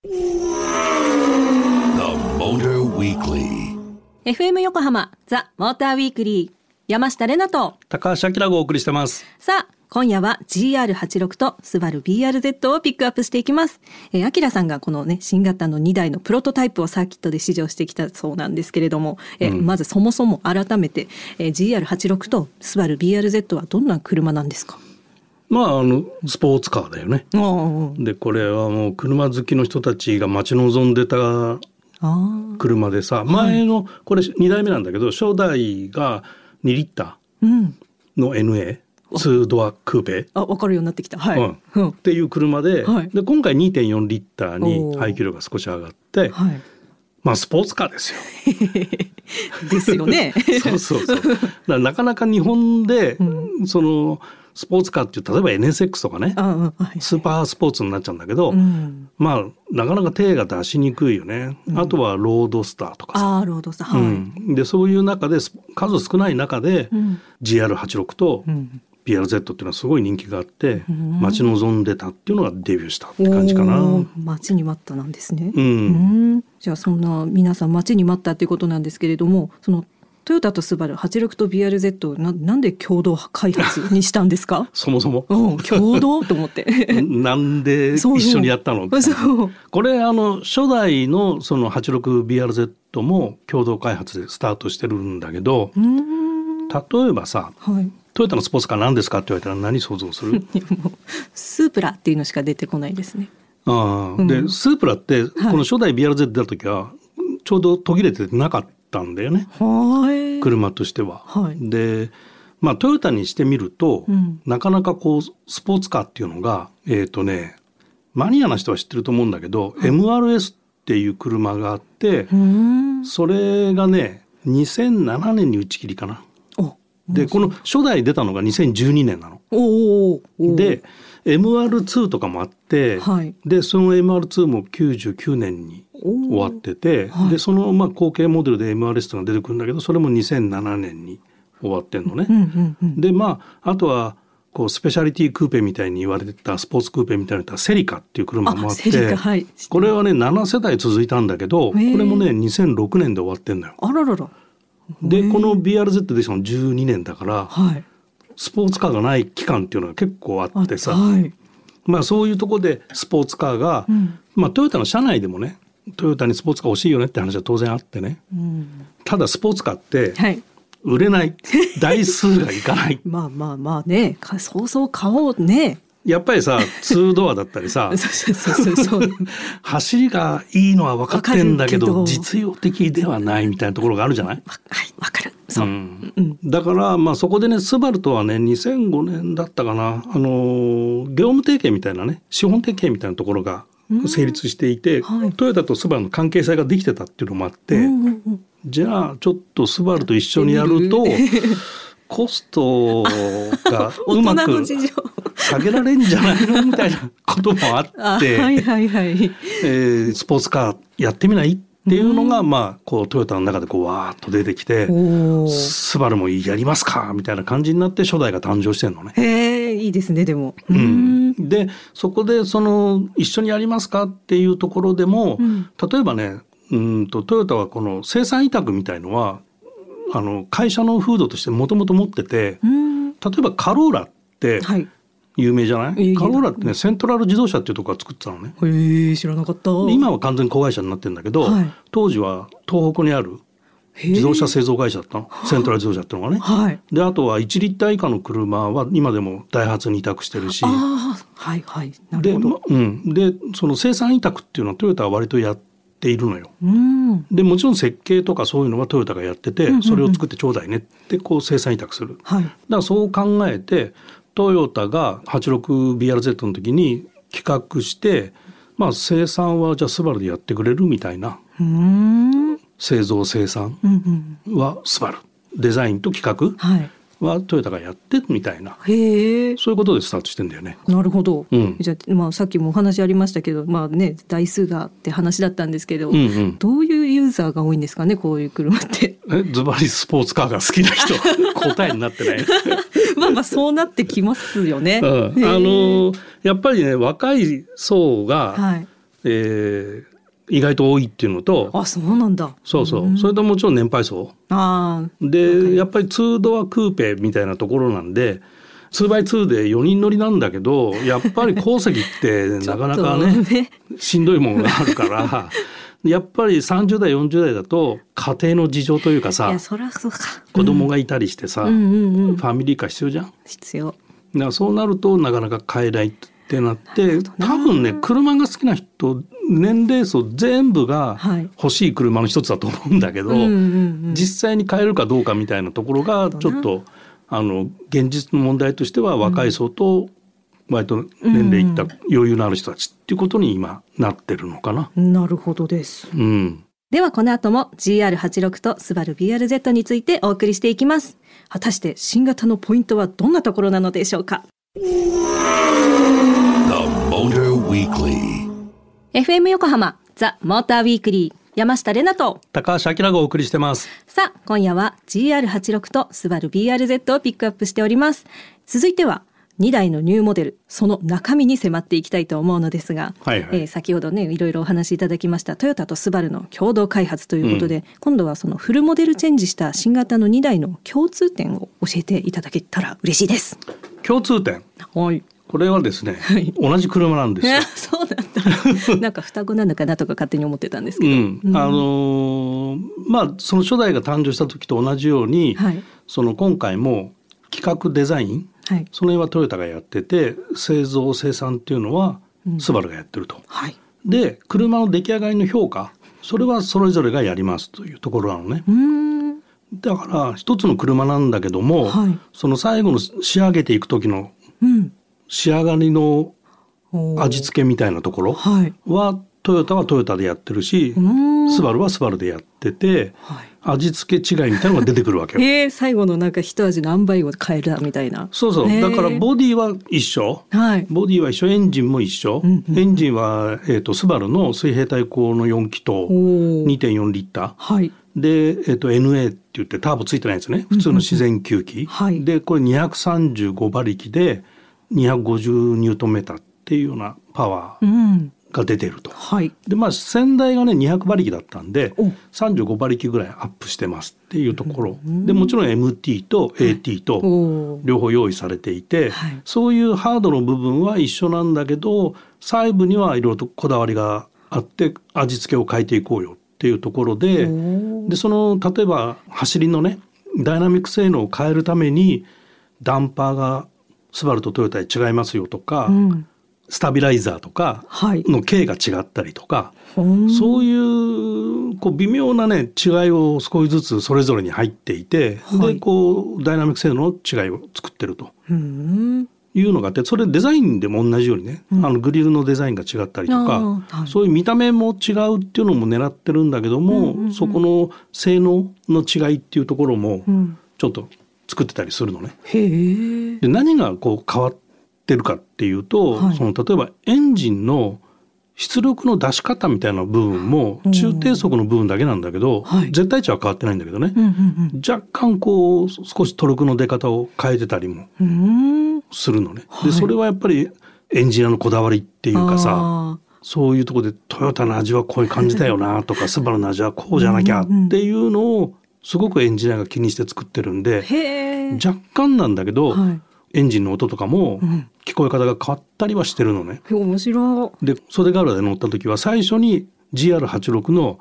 FM 横浜ザ・モーターウィークリー、山下れなと高橋明がお送りしてます。 さあ今夜は GR86 とスバル BRZ をピックアップしていきます。明さんがこのね新型の2台のプロトタイプをサーキットで試乗してきたそうなんですけれども、まずそもそも改めて、GR86 とスバル BRZ はどんな車なんですか？ スポーツカーだよね。でこれはもう車好きの人たちが待ち望んでた車でさ、前のこれ2代目なんだけど、初代が2リッターの NA2 ドアクーペ、 分かるようになってきた、 っていう車で、で今回 2.4 リッターに排気量が少し上がって、スポーツカーですよですよねそうだからなかなか日本で、そのスポーツカーっていう例えば NSX とかね、スーパースポーツになっちゃうんだけど、なかなか手が出しにくいよね。あとはロードスターとかさ、 ロードスター、 でそういう中で数少ない中で、GR86 と BRZ っていうのはすごい人気があって、待ち望んでたっていうのがデビューしたって感じかな。 待ちに待ったなんですね。じゃあそんな皆さん待ちに待ったっていうことなんですけれども、そのトヨタとスバル86と BRZ なんで共同開発にしたんですか？ そもそも、 共同と思ってなんで一緒にやったの？これ初代のその 86BRZ も共同開発でスタートしてるんだけど、例えばさ、トヨタのスポーツカー何ですかって言われたら何想像する？もうスープラっていうのしか出てこないですね。 でスープラってこの初代 BRZ 出た時はちょうど途切れてなかったんだよね、車としては。でトヨタにしてみると、なかなかこうスポーツカーっていうのがマニアな人は知ってると思うんだけど、MRS っていう車があって、それがね2007年に打ち切りかな。でこの初代出たのが2012年なの。で MR2 とかもあって、でその MR2 も99年に終わってて、でその後継モデルで MRS が出てくるんだけど、それも2007年に終わってんのね。であとはこうスペシャリティクーペみたいに言われてたスポーツクーペみたいなセリカっていう車もあって、これはね7世代続いたんだけど、これもね2006年で終わってんのよ。でこの BRZ でしかも12年だから、スポーツカーがない期間っていうのが結構あってさ、そういうところでスポーツカーが、トヨタの社内でもね、トヨタにスポーツカー欲しいよねって話は当然あってね、ただスポーツカーって売れない、台数がいかないね、そうそう買おうね。 やっぱりさ2ドアだったりさ走りがいいのは分かってんだけど実用的ではないみたいなところがあるじゃない？ わかる。 だからそこでね、スバルとはね2005年だったかな、業務提携みたいなね、資本提携みたいなところが成立していて、トヨタとスバルの関係性ができてたっていうのもあって、じゃあちょっとスバルと一緒にやるとコストがうまく下げられんじゃないのみたいなこともあってスポーツカーやってみないっていうのが、こうトヨタの中でこうわーっと出てきて、スバルもやりますかみたいな感じになって初代が誕生してんのね。 いいですね。でも、 でそこでその一緒にやりますかっていうところでも、例えばね、トヨタはこの生産委託みたいのは会社の風土としてもともと持ってて、例えばカローラって有名じゃない？カローラってね、セントラル自動車っていうところが作ってたのね。 知らなかった。 今は完全に子会社になってるんだけど、当時は東北にある自動車製造会社だったの、セントラル自動車っていうのがね。であとは1リッター以下の車は今でもダイハツに委託してるし、でその生産委託っていうのはトヨタは割とやっているのよ。でもちろん設計とかそういうのはトヨタがやってて、それを作ってちょうだいねってこう生産委託する。だからそう考えてトヨタが 86BRZ の時に企画して、生産はじゃあスバルでやってくれるみたいな、製造生産はスバル、デザインと企画はトヨタがやってみたいな、そういうことでスタートしてんだよね。 なるほど、じゃあ、さっきもお話ありましたけど、台数がって話だったんですけど、どういうユーザーが多いんですかね、こういう車って。 ズバリスポーツカーが好きな人答えになってないそうなってきますよね。 やっぱりね、若い層が、 意外と多いっていうのと、 そうなんだ。 そうそう、それともちろん年配層で、やっぱり2ドアクーペみたいなところなんで 2x2 で4人乗りなんだけど、やっぱり後席ってなかなかねしんどいものがあるからやっぱり30代40代だと家庭の事情というかさ、 そりゃそうか、 子供がいたりしてさ、ファミリーカー必要じゃん。 必要だからそうなるとなかなか買えないってなって、多分ね車が好きな人年齢層全部が欲しい車の一つだと思うんだけど、実際に買えるかどうかみたいなところがちょっと現実の問題としては若い層と割と年齢いった余裕のある人たちっていうことに今なってるのかな。 なるほどです、ではこの後も GR86 とスバル BRZ についてお送りしていきます。果たして新型のポイントはどんなところなのでしょうか。 FM 横浜ザ・モーターウィークリー、山下れなと高橋明がお送りしてます。 さあ今夜は GR86 とスバル BRZ をピックアップしております。続いては2台のニューモデル、その中身に迫っていきたいと思うのですが、先ほどねいろいろお話しいただきましたトヨタとスバルの共同開発ということで、今度はそのフルモデルチェンジした新型の2台の共通点を教えていただけたら嬉しいです。 共通点、これはですね、同じ車なんですよ。 そうなんだなんか双子なのかなとか勝手に思ってたんですけど、 その初代が誕生した時と同じように、その今回も企画デザイン、その辺はトヨタがやってて、製造生産っていうのはスバルがやってると、で車の出来上がりの評価、それはそれぞれがやりますというところなのね。だから一つの車なんだけども、その最後の仕上げていく時の仕上がりの味付けみたいなところはトヨタはトヨタでやってるし、スバルはスバルでやってて、味付け違いみたいなのが出てくるわけよ。 最後のなんか一味の塩梅を変えるみたいな。 そうそう、だからボディは一緒、ボディは一緒、エンジンも一緒、エンジンは、スバルの水平対向の4気筒 2.4 リッター、で、NA って言ってターボついてないやつね、普通の自然吸気、でこれ235馬力で250ニュートンメーターっていうようなパワーが出てると、で先代がね200馬力だったんで35馬力ぐらいアップしてますっていうところ、でもちろん MT と AT と両方用意されていて、そういうハードの部分は一緒なんだけど、細部にはいろいろとこだわりがあって味付けを変えていこうよっていうところで、その例えば走りのねダイナミック性能を変えるためにダンパーがスバルとトヨタで違いますよとか、スタビライザーとかの径が違ったりとか、そういう微妙なね違いを少しずつそれぞれに入っていて、でダイナミック性能の違いを作ってるというのがあって、それデザインでも同じようにね、グリルのデザインが違ったりとか、そういう見た目も違うっていうのも狙ってるんだけども、そこの性能の違いっていうところもちょっと作ってたりするのね。で何が変わってるかっていうと、その例えばエンジンの出力の出し方みたいな部分も中低速の部分だけなんだけど、絶対値は変わってないんだけどね、若干少しトルクの出方を変えてたりもするのね。でそれはやっぱりエンジニアのこだわりっていうかさ、そういうところでトヨタの味はこういう感じだよなとかスバルの味はこうじゃなきゃっていうのをすごくエンジニアが気にして作ってるんで、若干なんだけど、エンジンの音とかも聞こえ方が変わったりはしてるのね。 面白い。 で袖ヶ浦で乗った時は最初に GR86 の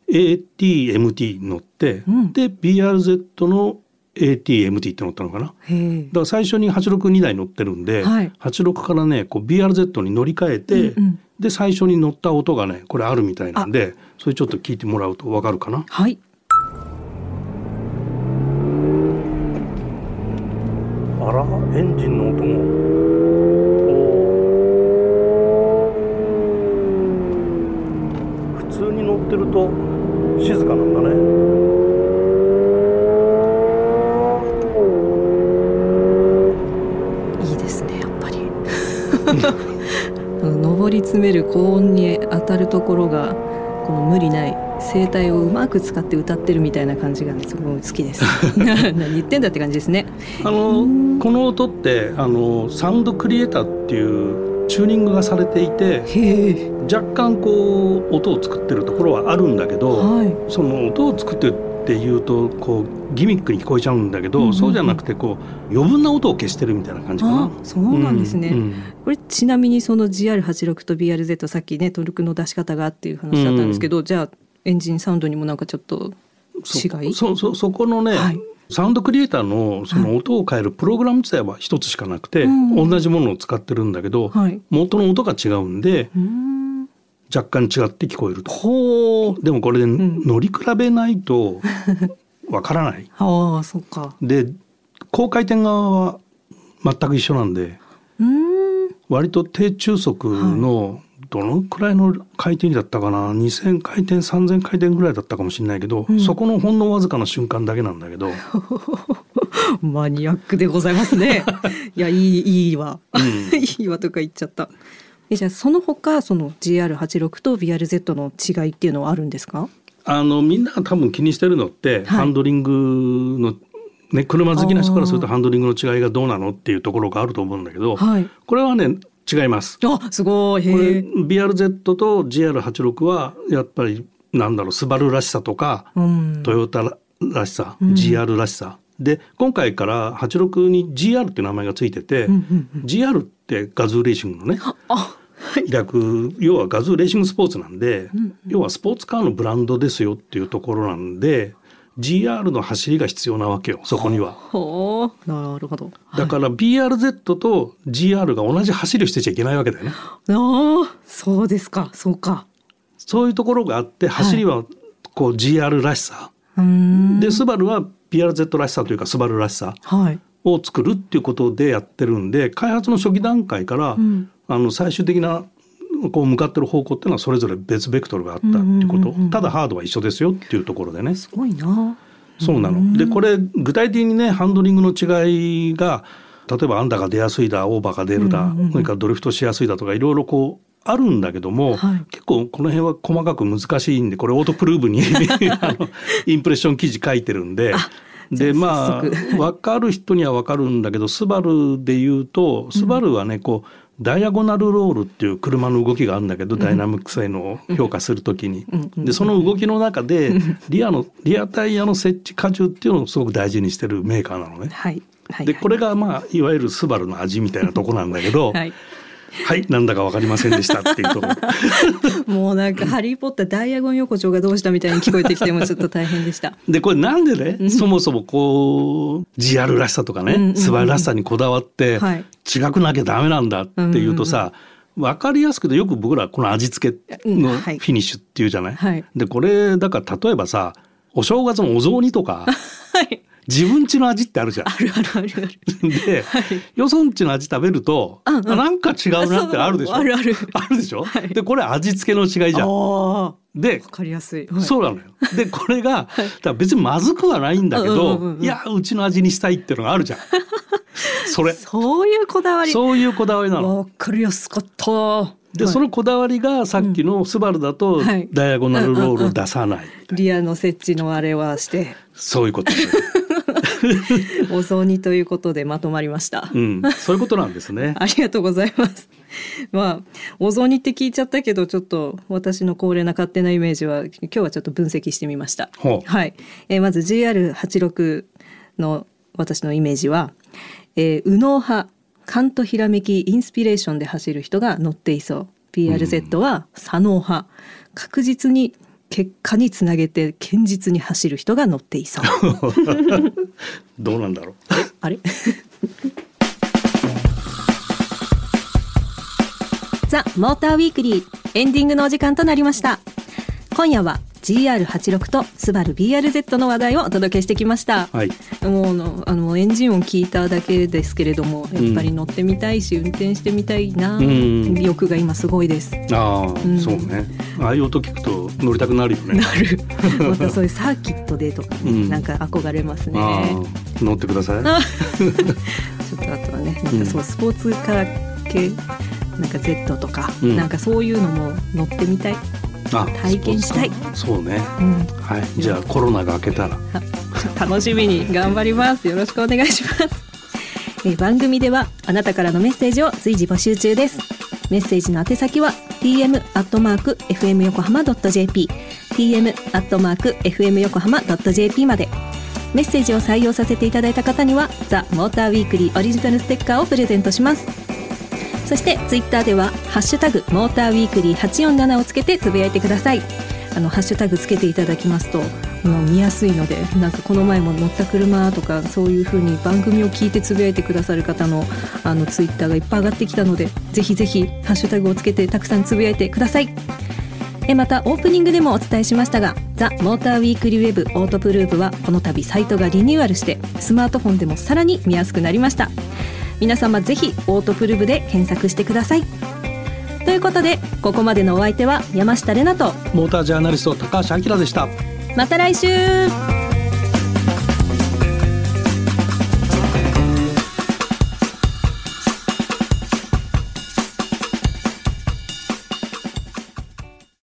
ATMT に乗って、で BRZ の ATMT って乗ったのかな。だから最初に862台乗ってるんで、86からねBRZ に乗り換えて、で最初に乗った音がねこれあるみたいなんで、それちょっと聞いてもらうと分かるかな。あら、エンジンの音も普通に乗ってると静かなんだね。 いいですね、やっぱり上り詰める高音に当たるところがこの無理ない声帯をうまく使って歌ってるみたいな感じが、ね、すごい好きです何言ってんだって感じですね。 この音ってサウンドクリエイターっていうチューニングがされていて、若干こう音を作ってるところはあるんだけど、その音を作ってるっていうとこうギミックに聞こえちゃうんだけど、そうじゃなくてこう余分な音を消してるみたいな感じかな。 そうなんですね、これちなみにその GR86 と BRZ さっきねトルクの出し方がっていう話だったんですけど、じゃあエンジンサウンドにもなんかちょっと違い？そこのね、サウンドクリエイターのその音を変えるプログラム自体は一つしかなくて、同じものを使ってるんだけど、元の音が違うんで、若干違って聞こえると。でもこれで乗り比べないとわからない。 そうか。 で高回転側は全く一緒なんで、割と低中速のどのくらいの回転だったかな、2000回転3000回転ぐらいだったかもしれないけど、そこのほんのわずかな瞬間だけなんだけどマニアックでございますねいやいいわ、いいわとか言っちゃった。じゃあその他その GR86 と BRZ の違いっていうのはあるんですか？ みんなが多分気にしてるのって、ハンドリングのね、車好きな人からするとハンドリングの違いがどうなのっていうところがあると思うんだけど、これはね違います。 すごい。これ BRZ と GR86 はやっぱりスバルらしさとか、トヨタらしさ、GR らしさで、今回から86に GR っていう名前がついてて、GR ってガズーレーシングのね、略、要はガズーレーシングスポーツなんで、要はスポーツカーのブランドですよっていうところなんで、GR の走りが必要なわけよ、そこには。 なるほど。 だから BRZ と GR が同じ走りをしてちゃいけないわけだよね。 そうですか。そうか。 そういうところがあって、走りはこう GR らしさ、でスバルは BRZ らしさというかスバルらしさを作るっていうことでやってるんで、開発の初期段階から、最終的なこう向かってる方向っていうのはそれぞれ別ベクトルがあったっていうこと、ただハードは一緒ですよっていうところでね。 すごいな。 そうなの。でこれ具体的にね、ハンドリングの違いが、例えばアンダーが出やすいだ、オーバーが出るだ、それからドリフトしやすいだとかいろいろこうあるんだけども、結構この辺は細かく難しいんで、これオートプルーブにインプレッション記事書いてるんで、で分かる人には分かるんだけど、スバルでいうと、スバルはねこうダイアゴナルロールっていう車の動きがあるんだけど、ダイナミック性能を評価するときに、でその動きの中でリアタイヤの設置荷重っていうのをすごく大事にしてるメーカーなのね。でこれがいわゆるスバルの味みたいなとこなんだけど、なんだか分かりませんでしたっていうところもうなんかハリーポッターダイアゴン横丁がどうしたみたいに聞こえてきてもちょっと大変でしたでこれなんでね、そもそもこう GR らしさとかね、スバルらしさにこだわって違くなきゃダメなんだっていうとさ、分かりやすくて、よく僕らこの味付けのフィニッシュっていうじゃない、でこれだから例えばさ、お正月のお雑煮とか自分家の味ってあるじゃん。 ある。 で、よそんちの味食べると、なんか違うなってあるでしょ。あるでしょ。でこれ味付けの違いじゃん。で分かりやすい、 そうなのよ。でこれが別にまずくはないんだけど、いやうちの味にしたいっていうのがあるじゃん。 そういうこだわりなの。 分かりやすかった。 でそのこだわりがさっきのスバルだとダイアゴナルロールを出さない、 リアの設置のあれはして、 そういうことですお雑煮ということでまとまりました、 そういうことなんですね。 ありがとうございます。お雑煮って聞いちゃったけど、ちょっと私の恒例な勝手なイメージは今日はちょっと分析してみました。まず GR86 の私のイメージは、右脳派、勘とひらめき、インスピレーションで走る人が乗っていそう。 BRZ は左脳派、確実に結果につなげて堅実に走る人が乗っていそうどうなんだろうあれザ・モーターウィークリー、エンディングのお時間となりました。今夜は GR86 とスバル BRZ の話題をお届けしてきました、もうエンジン音聞いただけですけれども、やっぱり乗ってみたいし、運転してみたいな、欲が今すごいです。そうね、ああいう音聞くと乗りたくなるよね。 なるまたそういうサーキットでとか、なんか憧れますね。 乗ってくださいちょっとあとはね、なんかそうスポーツカー系、なんか Z とか、なんかそういうのも乗ってみたい、体験したい。 そうね、じゃあコロナが明けたら楽しみに頑張ります。よろしくお願いします。番組ではあなたからのメッセージを随時募集中です。 メッセージの宛先は tm@fmyokohama.jp tm@fmyokohama.jp まで。メッセージを採用させていただいた方にはザ・モーターウィークリーオリジナルステッカーをプレゼントします。そしてツイッターではハッシュタグモーターウィークリー847をつけてつぶやいてください。ハッシュタグつけていただきますと見やすいので、なんかこの前も乗った車とかそういう風に番組を聞いてつぶやいてくださる方のツイッターがいっぱい上がってきたので、ぜひぜひハッシュタグをつけてたくさんつぶやいてください。またオープニングでもお伝えしましたが、ザ・モーターウィークリーウェブオートプルーブはこの度サイトがリニューアルしてスマートフォンでもさらに見やすくなりました。皆様ぜひオートプルーブで検索してください。ということでここまでのお相手は山下玲奈とモータージャーナリスト高橋明でした。 また来週。